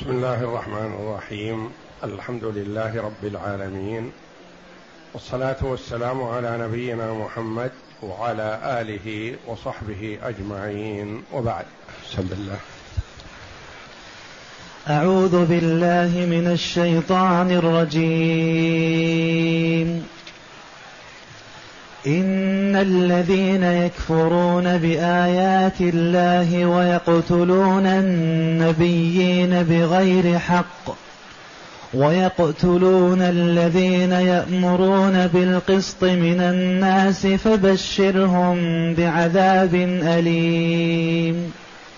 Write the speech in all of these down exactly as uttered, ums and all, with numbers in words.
بسم الله الرحمن الرحيم. الحمد لله رب العالمين، والصلاة والسلام على نبينا محمد وعلى آله وصحبه أجمعين، وبعد. بسم الله. أعوذ بالله من الشيطان الرجيم. إن الذين يكفرون بآيات الله ويقتلون النبيين بغير حق ويقتلون الذين يأمرون بالقسط من الناس فبشرهم بعذاب أليم.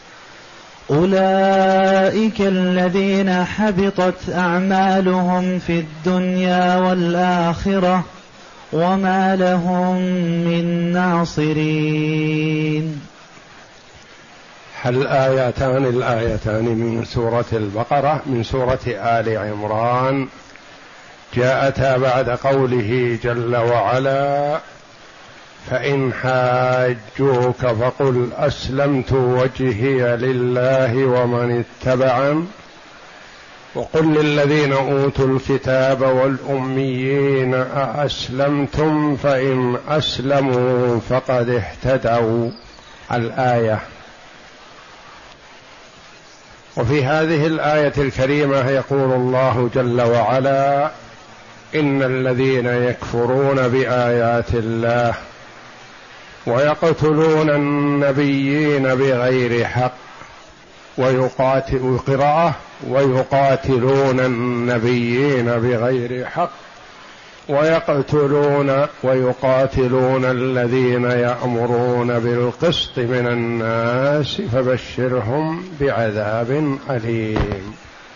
أولئك الذين حبطت أعمالهم في الدنيا والآخرة وما لهم من ناصرين. هل آيتان الآيتان من سورة البقرة من سورة آل عمران جاءتا بعد قوله جل وعلا: فإن حاجوك فقل أسلمت وجهي لله ومن اتبعن وقل للذين أوتوا الكتاب والأميين أأسلمتم فإن أسلموا فقد اهتدوا. الآية. وفي هذه الآية الكريمة يقول الله جل وعلا: إن الذين يكفرون بآيات الله ويقتلون النبيين بغير حق ويقاتل قراءة ويقاتلون النبيين بغير حق ويقتلون ويقاتلون الذين يأمرون بالقسط من الناس فبشرهم بعذاب أليم.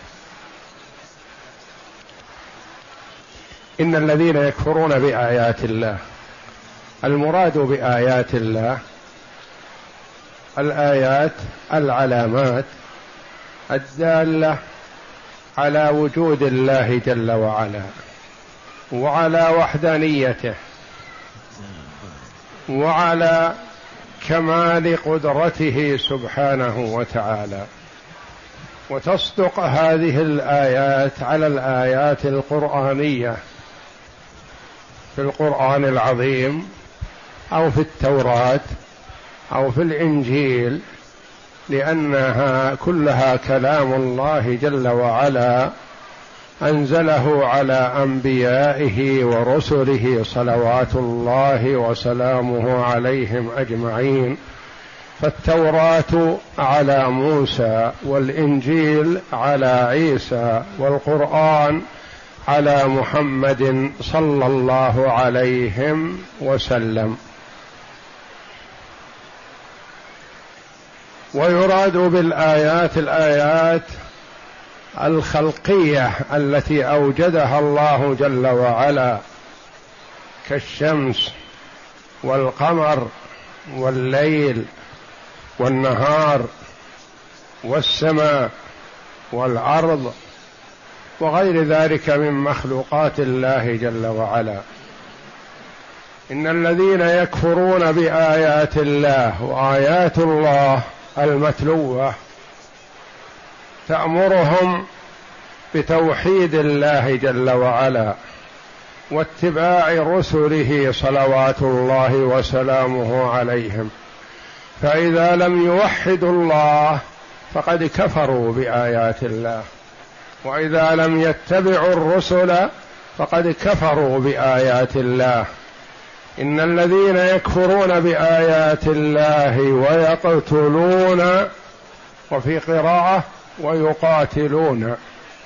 إن الذين يكفرون بآيات الله، المراد بآيات الله الآيات العلامات الدالة على وجود الله جل وعلا وعلى وحدانيته وعلى كمال قدرته سبحانه وتعالى. وتصدق هذه الآيات على الآيات القرآنية في القرآن العظيم أو في التوراة أو في الإنجيل، لأنها كلها كلام الله جل وعلا أنزله على أنبيائه ورسله صلوات الله وسلامه عليهم أجمعين. فالتوراة على موسى، والإنجيل على عيسى، والقرآن على محمد صلى الله عليه وسلم. ويراد بالآيات الآيات الخلقية التي أوجدها الله جل وعلا، كالشمس والقمر والليل والنهار والسماء والأرض وغير ذلك من مخلوقات الله جل وعلا. إن الذين يكفرون بآيات الله، وآيات الله المتلوة تأمرهم بتوحيد الله جل وعلا واتباع رسله صلوات الله وسلامه عليهم، فإذا لم يوحدوا الله فقد كفروا بآيات الله، وإذا لم يتبعوا الرسل فقد كفروا بآيات الله. إن الذين يكفرون بآيات الله ويقتلون، وفي قراءة ويقاتلون،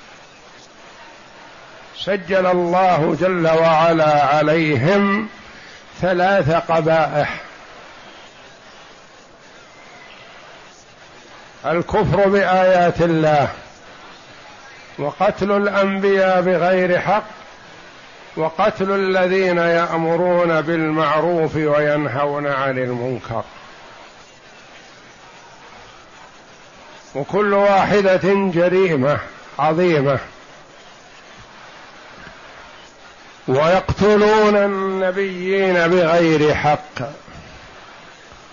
سجل الله جل وعلا عليهم ثلاث قبائح: الكفر بآيات الله، وقتل الأنبياء بغير حق، وقتل الذين يأمرون بالمعروف وينهون عن المنكر. وكل واحدة جريمة عظيمة. ويقتلون النبيين بغير حق،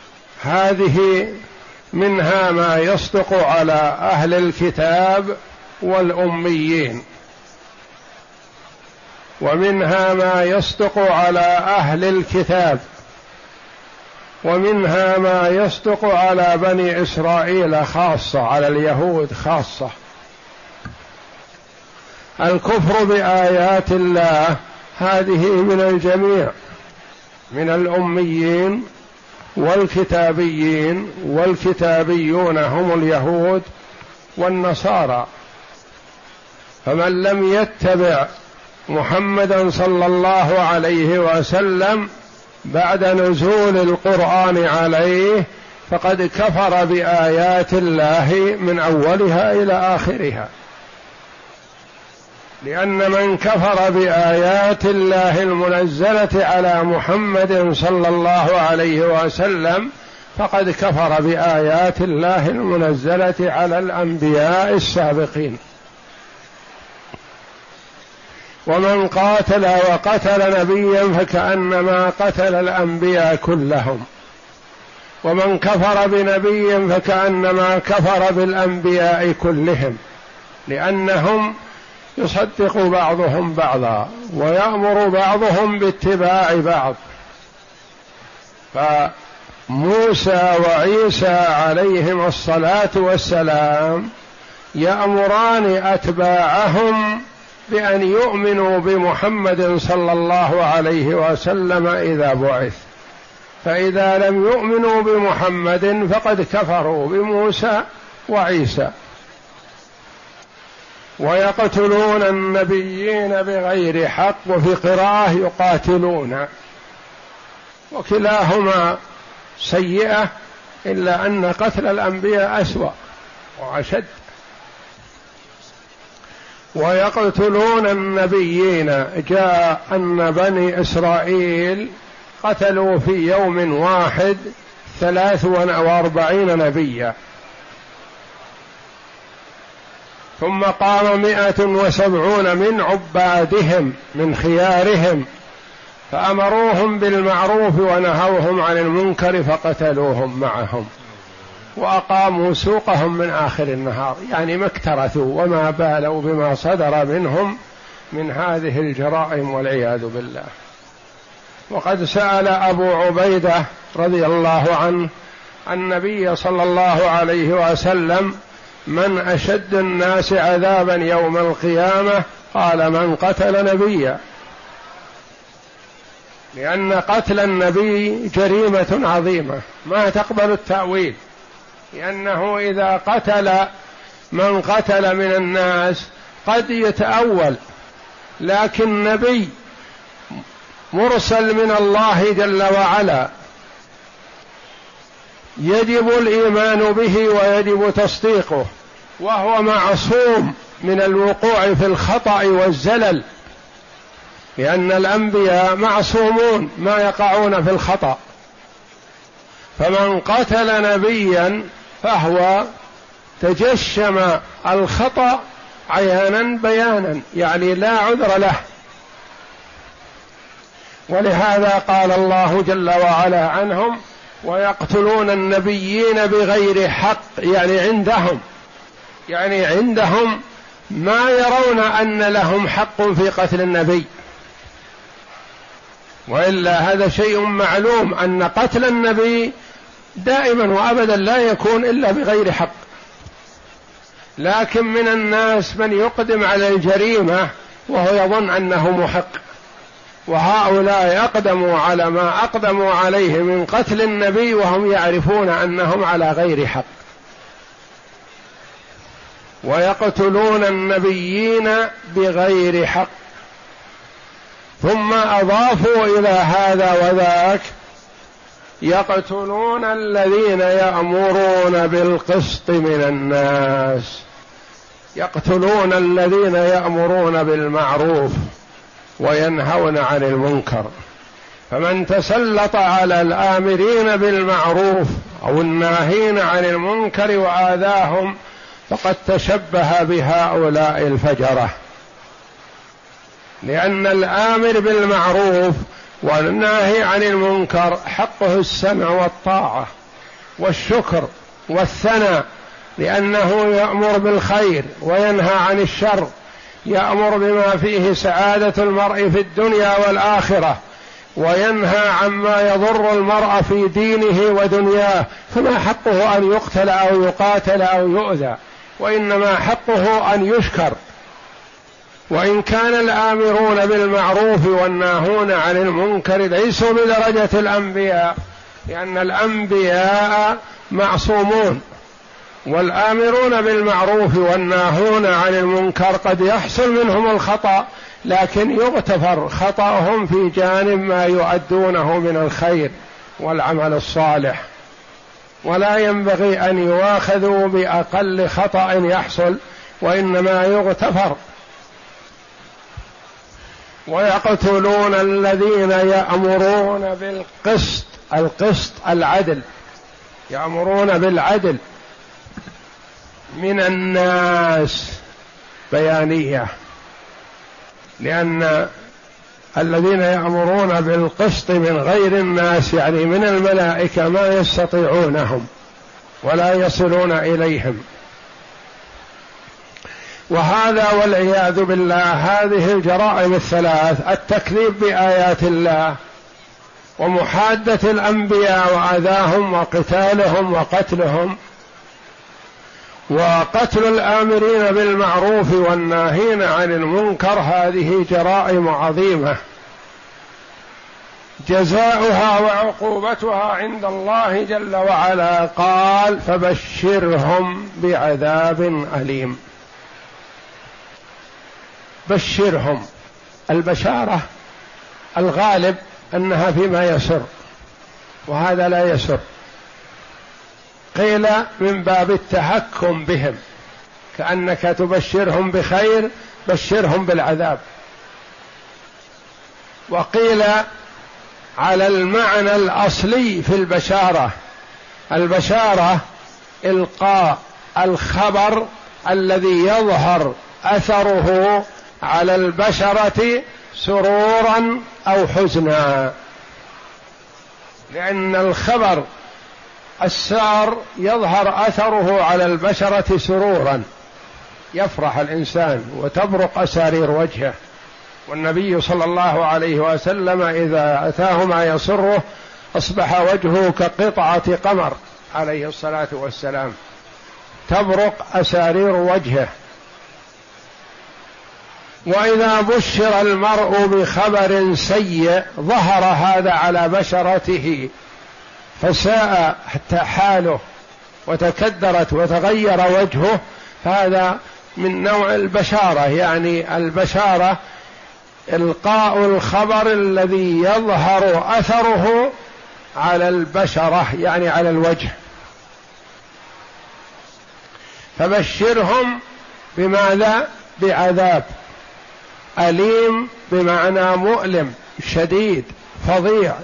هذه منها ما يصدق على أهل الكتاب والأميين، ومنها ما يصدق على أهل الكتاب، ومنها ما يصدق على بني إسرائيل خاصة، على اليهود خاصة. الكفر بآيات الله هذه من الجميع، من الأميين والكتابيين، والكتابيون هم اليهود والنصارى. فمن لم يتبع محمدا صلى الله عليه وسلم بعد نزول القرآن عليه فقد كفر بآيات الله من أولها إلى آخرها، لأن من كفر بآيات الله المنزلة على محمد صلى الله عليه وسلم فقد كفر بآيات الله المنزلة على الأنبياء السابقين. ومن قاتل وقتل نبيا فكأنما قتل الأنبياء كلهم، ومن كفر بنبي فكأنما كفر بالأنبياء كلهم، لأنهم يصدق بعضهم بعضا ويأمر بعضهم باتباع بعض. فموسى وعيسى عليهم الصلاة والسلام يأمران أتباعهم بأن يؤمنوا بمحمد صلى الله عليه وسلم إذا بعث، فإذا لم يؤمنوا بمحمد فقد كفروا بموسى وعيسى. ويقتلون النبيين بغير حق، وفي قراءة يقاتلون، وكلاهما سيئة، إلا أن قتل الأنبياء أسوأ وأشد. ويقتلون النبيين، جاء أن بني إسرائيل قتلوا في يوم واحد ثلاث وأربعين نبيا، ثم قام مئة وسبعون من عبادهم من خيارهم فأمروهم بالمعروف ونهوهم عن المنكر فقتلوهم معهم، وأقاموا سوقهم من آخر النهار، يعني ما اكترثوا وما بالوا بما صدر منهم من هذه الجرائم والعياذ بالله. وقد سأل أبو عبيدة رضي الله عنه النبي صلى الله عليه وسلم: من أشد الناس عذابا يوم القيامة؟ قال: من قتل نبيا، لأن قتل النبي جريمة عظيمة ما تقبل التأويل، لأنه إذا قتل من قتل من الناس قد يتأول، لكن نبي مرسل من الله جل وعلا يجب الإيمان به ويجب تصديقه، وهو معصوم من الوقوع في الخطأ والزلل، لأن الأنبياء معصومون ما يقعون في الخطأ. فمن قتل نبيا فهو تجشم الخطأ عيانا بيانا، يعني لا عذر له. ولهذا قال الله جل وعلا عنهم: ويقتلون النبيين بغير حق، يعني عندهم يعني عندهم ما يرون أن لهم حق في قتل النبي، وإلا هذا شيء معلوم أن قتل النبي دائما وأبدا لا يكون إلا بغير حق. لكن من الناس من يقدم على الجريمة وهو يظن أنه محق، وهؤلاء أقدموا على ما أقدموا عليه من قتل النبي وهم يعرفون أنهم على غير حق. ويقتلون النبيين بغير حق، ثم أضافوا إلى هذا وذاك: يقتلون الذين يأمرون بالقسط من الناس، يقتلون الذين يأمرون بالمعروف وينهون عن المنكر. فمن تسلط على الآمرين بالمعروف أو الناهين عن المنكر وآذاهم فقد تشبه بهؤلاء الفجرة، لأن الآمر بالمعروف والناهي عن المنكر حقه السمع والطاعة والشكر والثناء لأنه يأمر بالخير وينهى عن الشر، يأمر بما فيه سعادة المرء في الدنيا والآخرة، وينهى عما يضر المرء في دينه ودنياه، فما حقه أن يقتل أو يقاتل أو يؤذى، وإنما حقه أن يشكر. وإن كان الآمرون بالمعروف والناهون عن المنكر ليسوا بدرجة الأنبياء، لأن الأنبياء معصومون، والآمرون بالمعروف والناهون عن المنكر قد يحصل منهم الخطأ، لكن يغتفر خطأهم في جانب ما يؤدونه من الخير والعمل الصالح، ولا ينبغي أن يؤاخذوا بأقل خطأ يحصل، وإنما يغتفر. ويقتلون الذين يأمرون بالقسط، القسط العدل، يأمرون بالعدل من الناس، بيانية، لأن الذين يأمرون بالقسط من غير الناس يعني من الملائكة ما يستطيعونهم ولا يصلون إليهم. وهذا والعياذ بالله هذه الجرائم الثلاث: التكذيب بآيات الله، ومحادة الأنبياء وأذاهم وقتالهم وقتلهم، وقتل الآمرين بالمعروف والناهين عن المنكر، هذه جرائم عظيمة جزاؤها وعقوبتها عند الله جل وعلا. قال: فبشرهم بعذاب أليم. بشرهم، البشارة الغالب أنها فيما يسر، وهذا لا يسر، قيل من باب التهكم بهم، كأنك تبشرهم بخير، بشرهم بالعذاب. وقيل على المعنى الأصلي في البشارة، البشارة إلقاء الخبر الذي يظهر أثره على البشرة سرورا أو حزنا، لأن الخبر السار يظهر أثره على البشرة سرورا، يفرح الإنسان وتبرق أسارير وجهه. والنبي صلى الله عليه وسلم إذا أتاه ما يسره أصبح وجهه كقطعة قمر عليه الصلاة والسلام، تبرق أسارير وجهه. وإذا بشر المرء بخبر سيء ظهر هذا على بشرته فساء حتى حاله وتكدرت وتغير وجهه، فهذا من نوع البشارة. يعني البشارة إلقاء الخبر الذي يظهر أثره على البشرة، يعني على الوجه. فبشرهم بماذا؟ بعذاب أليم، بمعنى مؤلم شديد فظيع.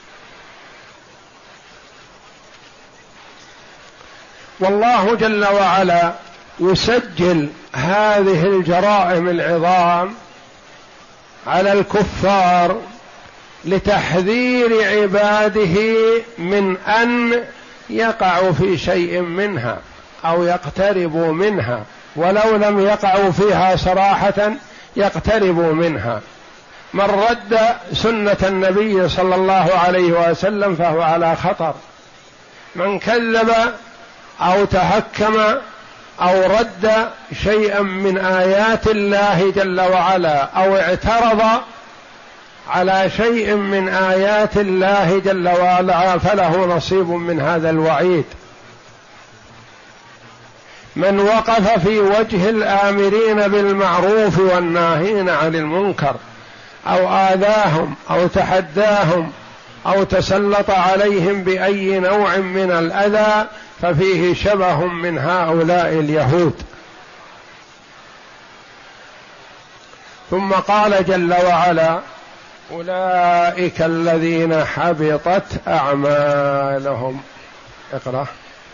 والله جل وعلا يسجل هذه الجرائم العظام على الكفار لتحذير عباده من أن يقعوا في شيء منها أو يقتربوا منها، ولو لم يقعوا فيها صراحة يقتربوا منها. من رد سنة النبي صلى الله عليه وسلم فهو على خطر، من كذب أو تهكم أو رد شيئا من آيات الله جل وعلا أو اعترض على شيء من آيات الله جل وعلا فله نصيب من هذا الوعيد. من وقف في وجه الآمرين بالمعروف والناهين عن المنكر أو آذاهم أو تحداهم أو تسلط عليهم بأي نوع من الأذى ففيه شبه من هؤلاء اليهود. ثم قال جل وعلا: أولئك الذين حبطت أعمالهم. اقرأ.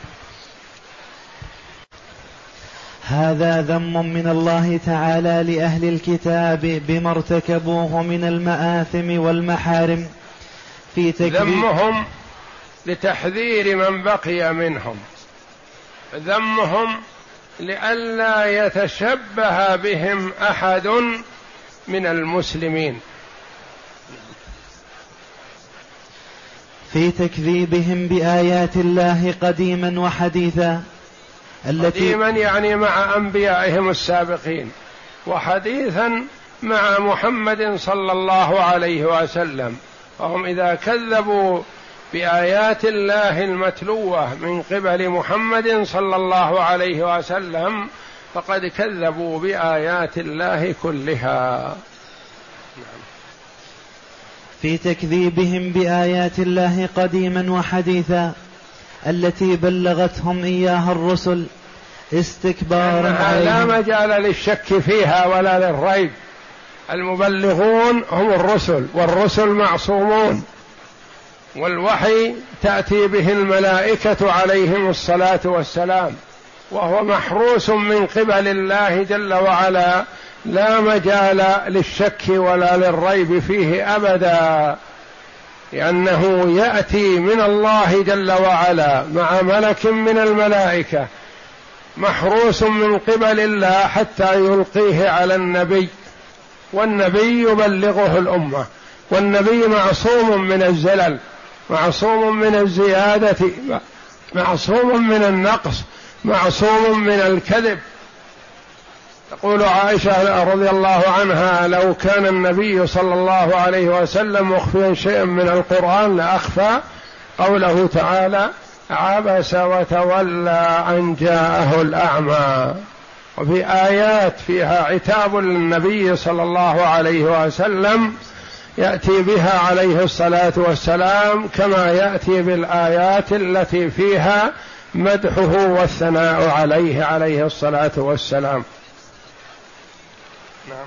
هذا ذم من الله تعالى لأهل الكتاب بما ارتكبوه من المآثم والمحارم في تكذيب ذمهم لتحذير من بقي منهم، ذمهم لئلا يتشبه بهم أحد من المسلمين. في تكذيبهم بآيات الله قديما وحديثا التي قديما يعني مع أنبيائهم السابقين، وحديثا مع محمد صلى الله عليه وسلم. وهم إذا كذبوا بآيات الله المتلوة من قبل محمد صلى الله عليه وسلم فقد كذبوا بآيات الله كلها. في تكذيبهم بآيات الله قديما وحديثا التي بلغتهم إياها الرسل استكبارا عليهم. لا مجال للشك فيها ولا للريب، المبلغون هم الرسل، والرسل معصومون، والوحي تأتي به الملائكة عليهم الصلاة والسلام، وهو محروس من قبل الله جل وعلا، لا مجال للشك ولا للريب فيه أبدا، لأنه يأتي من الله جل وعلا مع ملك من الملائكة محروس من قبل الله حتى يلقيه على النبي، والنبي يبلغه الأمة، والنبي معصوم من الزلل، معصوم من الزيادة، معصوم من النقص، معصوم من الكذب. تقول عائشة رضي الله عنها: لو كان النبي صلى الله عليه وسلم مخفيا شيئا من القرآن لأخفى قوله تعالى: عبس وتولى أن جاءه الأعمى. وفي آيات فيها عتاب للنبي صلى الله عليه وسلم يأتي بها عليه الصلاة والسلام، كما يأتي بالآيات التي فيها مدحه والثناء عليه عليه الصلاة والسلام. نعم.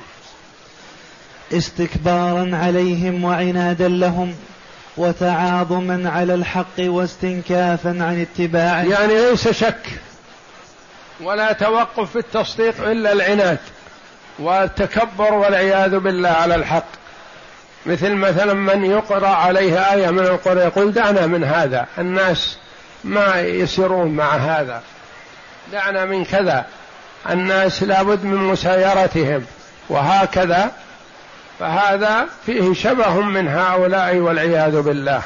استكبارا عليهم وعنادا لهم وتعاظما على الحق واستنكافا عن اتباعه، يعني ليس شك ولا توقف في التصديق إلا العناد والتكبر والعياذ بالله على الحق. مثل مثلا من يقرأ عليه آية من القرآن يقول: دعنا من هذا، الناس ما يسيرون مع هذا، دعنا من كذا، الناس لابد من مسايرتهم، وهكذا. فهذا فيه شبه من هؤلاء والعياذ بالله.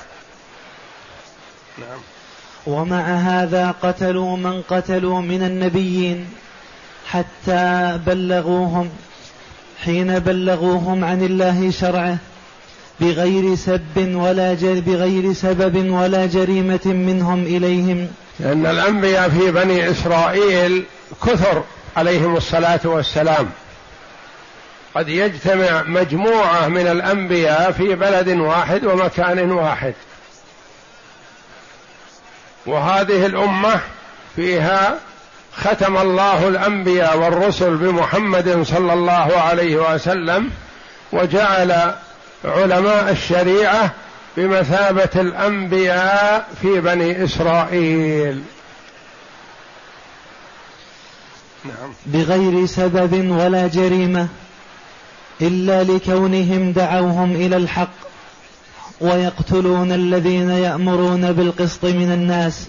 نعم. ومع هذا قتلوا من قتلوا من النبيين حتى بلغوهم، حين بلغوهم عن الله شرعه بغير سب ولا جر بغير سبب ولا جريمة منهم إليهم. لأن الأنبياء في بني إسرائيل كثر عليهم الصلاة والسلام، قد يجتمع مجموعة من الأنبياء في بلد واحد ومكان واحد، وهذه الأمة فيها ختم الله الأنبياء والرسل بمحمد صلى الله عليه وسلم، وجعل علماء الشريعة بمثابة الأنبياء في بني إسرائيل. نعم. بغير سبب ولا جريمة إلا لكونهم دعوهم إلى الحق ويقتلون الذين يأمرون بالقسط من الناس،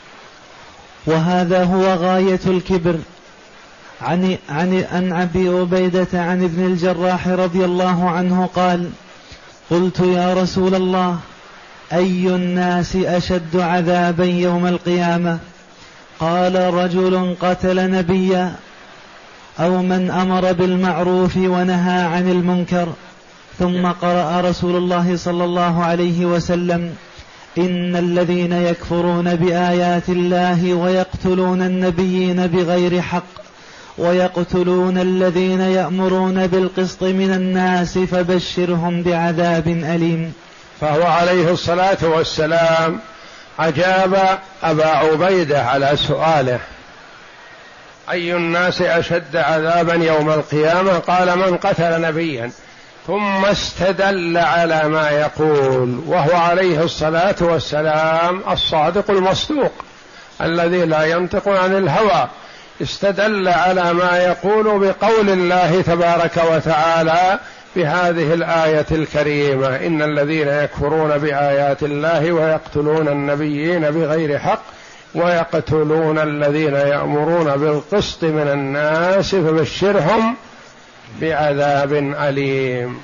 وهذا هو غاية الكبر. عن عن عن أبي عبيدة عن ابن الجراح رضي الله عنه قال: قلت يا رسول الله، أي الناس أشد عذابا يوم القيامة؟ قال: رجل قتل نبيا، أو من أمر بالمعروف ونهى عن المنكر. ثم قرأ رسول الله صلى الله عليه وسلم: إن الذين يكفرون بآيات الله ويقتلون النبيين بغير حق ويقتلون الذين يأمرون بالقسط من الناس فبشرهم بعذاب أليم. فهو عليه الصلاة والسلام أجاب أبا عبيدة على سؤاله: أي الناس أشد عذابا يوم القيامة؟ قال: من قتل نبيا. ثم استدل على ما يقول، وهو عليه الصلاة والسلام الصادق المصدوق الذي لا ينطق عن الهوى، استدل على ما يقول بقول الله تبارك وتعالى بهذه الآية الكريمة: إن الذين يكفرون بآيات الله ويقتلون النبيين بغير حق ويقتلون الذين يأمرون بالقسط من الناس فبشرهم بعذاب أليم.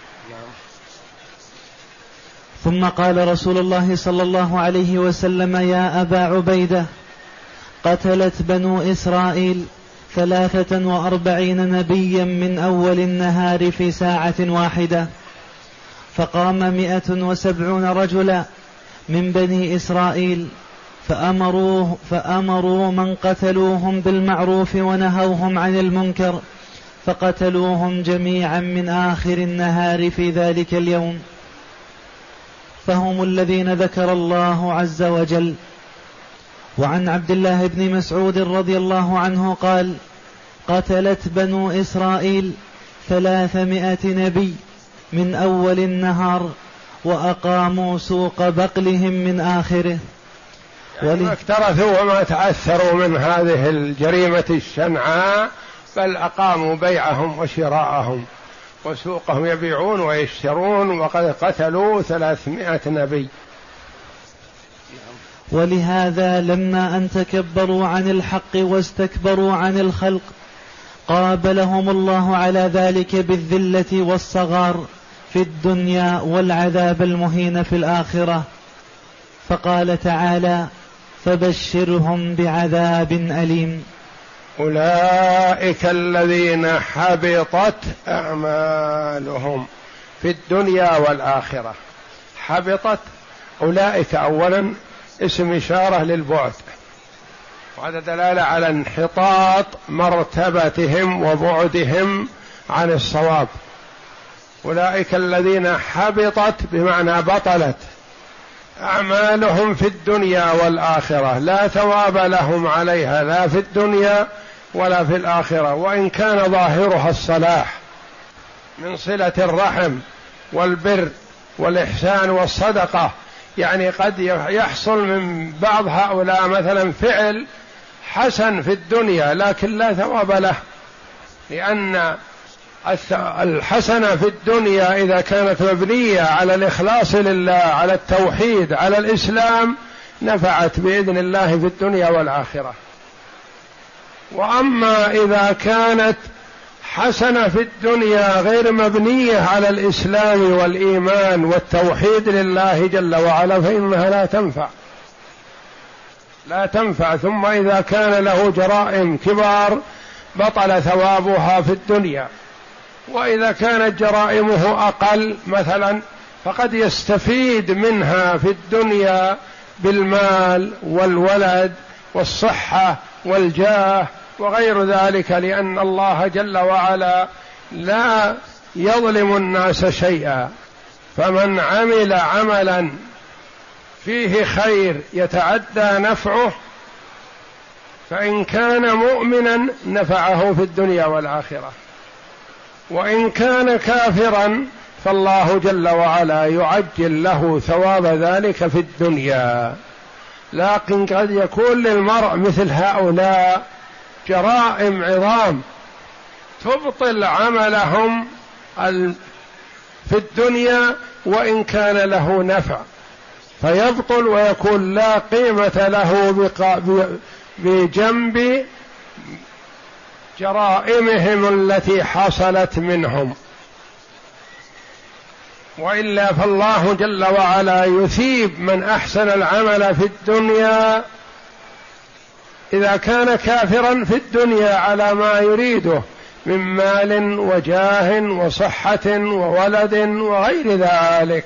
ثم قال رسول الله صلى الله عليه وسلم: يا أبا عبيدة، قتلت بنو إسرائيل ثلاثة وأربعين نبيا من أول النهار في ساعة واحدة، فقام مئة وسبعون رجلا من بني إسرائيل فأمروه فأمروا من قتلوهم بالمعروف ونهوهم عن المنكر، فقتلوهم جميعا من آخر النهار في ذلك اليوم، فهم الذين ذكر الله عز وجل. وعن عبد الله بن مسعود رضي الله عنه قال: قتلت بنو إسرائيل ثلاثمائة نبي من أول النهار وأقاموا سوق بقلهم من آخره. يعني ما اكترثوا وما تعثروا من هذه الجريمة الشنعاء، بل أقاموا بيعهم وشراءهم وسوقهم، يبيعون ويشترون، وقد قتلوا ثلاثمائة نبي. ولهذا لما أن تكبروا عن الحق واستكبروا عن الخلق قابلهم الله على ذلك بالذلة والصغار في الدنيا والعذاب المهين في الآخرة، فقال تعالى: فبشرهم بعذاب أليم. أولئك الذين حبطت أعمالهم في الدنيا والآخرة. حبطت، أولئك أولا اسم إشارة للبعد، وهذا دلالة على انحطاط مرتبتهم وبعدهم عن الصواب. أولئك الذين حبطت بمعنى بطلت أعمالهم في الدنيا والآخرة، لا ثواب لهم عليها لا في الدنيا ولا في الآخرة، وإن كان ظاهرها الصلاح من صلة الرحم والبر والإحسان والصدقة. يعني قد يحصل من بعض هؤلاء مثلا فعل حسن في الدنيا لكن لا ثواب له، لأن الحسنة في الدنيا إذا كانت مبنية على الإخلاص لله، على التوحيد، على الإسلام، نفعت بإذن الله في الدنيا والآخرة. وأما إذا كانت حسنة في الدنيا غير مبنية على الإسلام والإيمان والتوحيد لله جل وعلا فإنها لا تنفع لا تنفع ثم إذا كان له جرائم كبار بطل ثوابها في الدنيا، وإذا كانت جرائمه أقل مثلا فقد يستفيد منها في الدنيا بالمال والولد والصحة والجاه وغير ذلك، لأن الله جل وعلا لا يظلم الناس شيئا. فمن عمل عملا فيه خير يتعدى نفعه فإن كان مؤمنا نفعه في الدنيا والآخرة، وإن كان كافرا فالله جل وعلا يعجل له ثواب ذلك في الدنيا. لكن قد يكون للمرء مثل هؤلاء جرائم عظام تبطل عملهم في الدنيا وإن كان له نفع، فيبطل ويكون لا قيمة له بجنب جرائمهم التي حصلت منهم. وإلا فالله جل وعلا يثيب من أحسن العمل في الدنيا إذا كان كافرا في الدنيا على ما يريده من مال وجاه وصحة وولد وغير ذلك.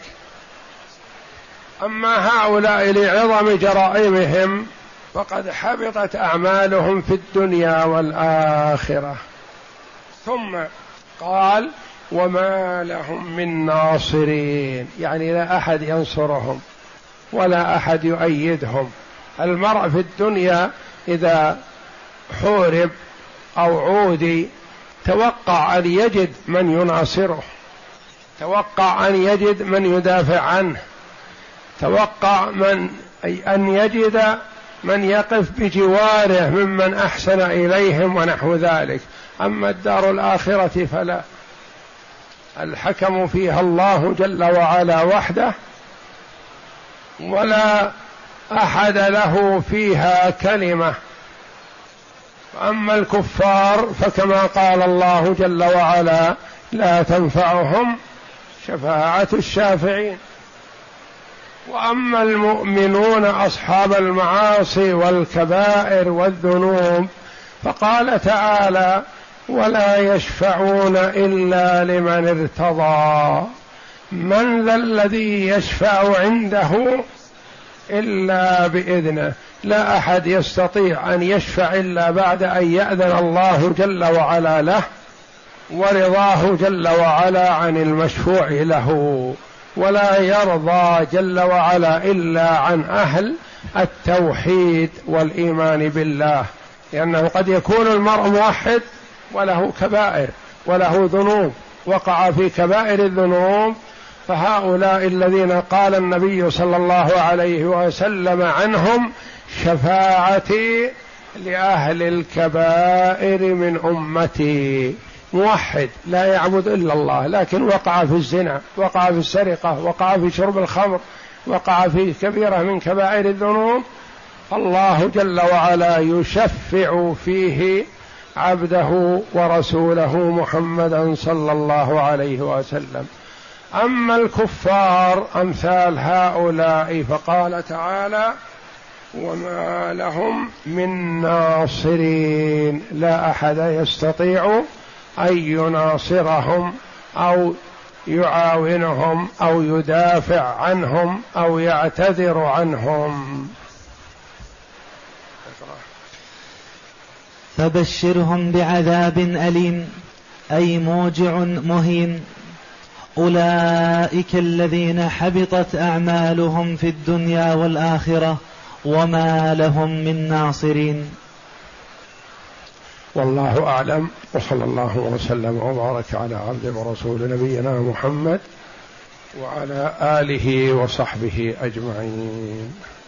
أما هؤلاء لعظم جرائمهم فقد حبطت أعمالهم في الدنيا والآخرة. ثم قال: وما لهم من ناصرين، يعني لا أحد ينصرهم ولا أحد يؤيدهم. المرء في الدنيا إذا حورب أو عودي توقع أن يجد من يناصره، توقع أن يجد من يدافع عنه، توقع من أن يجد من يقف بجواره ممن أحسن إليهم ونحو ذلك. أما الدار الآخرة فلا، الحكم فيها الله جل وعلا وحده، ولا أحد له فيها كلمة. أما الكفار فكما قال الله جل وعلا: لا تنفعهم شفاعة الشافعين. وأما المؤمنون أصحاب المعاصي والكبائر والذنوب فقال تعالى: ولا يشفعون إلا لمن ارتضى. من ذا الذي يشفع عنده إلا بإذنه؟ لا أحد يستطيع أن يشفع إلا بعد أن يأذن الله جل وعلا له ورضاه جل وعلا عن المشفوع له. ولا يرضى جل وعلا إلا عن أهل التوحيد والإيمان بالله، لأنه قد يكون المرء موحد وله كبائر وله ذنوب، وقع في كبائر الذنوب، فهؤلاء الذين قال النبي صلى الله عليه وسلم عنهم: شفاعتي لأهل الكبائر من أمتي. موحد لا يعبد إلا الله، لكن وقع في الزنا، وقع في السرقة، وقع في شرب الخمر، وقع في كبيرة من كبائر الذنوب، الله جل وعلا يشفع فيه عبده ورسوله محمدا صلى الله عليه وسلم. أما الكفار أمثال هؤلاء فقال تعالى: وما لهم من ناصرين. لا أحد يستطيع أن يناصرهم أو يعاونهم أو يدافع عنهم أو يعتذر عنهم. فبشرهم بعذاب أليم، أي موجع مهين. أولئك الذين حبطت أعمالهم في الدنيا والآخرة وما لهم من ناصرين. والله أعلم، وصلى الله وسلم وبارك على عبد ورسول نبينا محمد وعلى آله وصحبه أجمعين.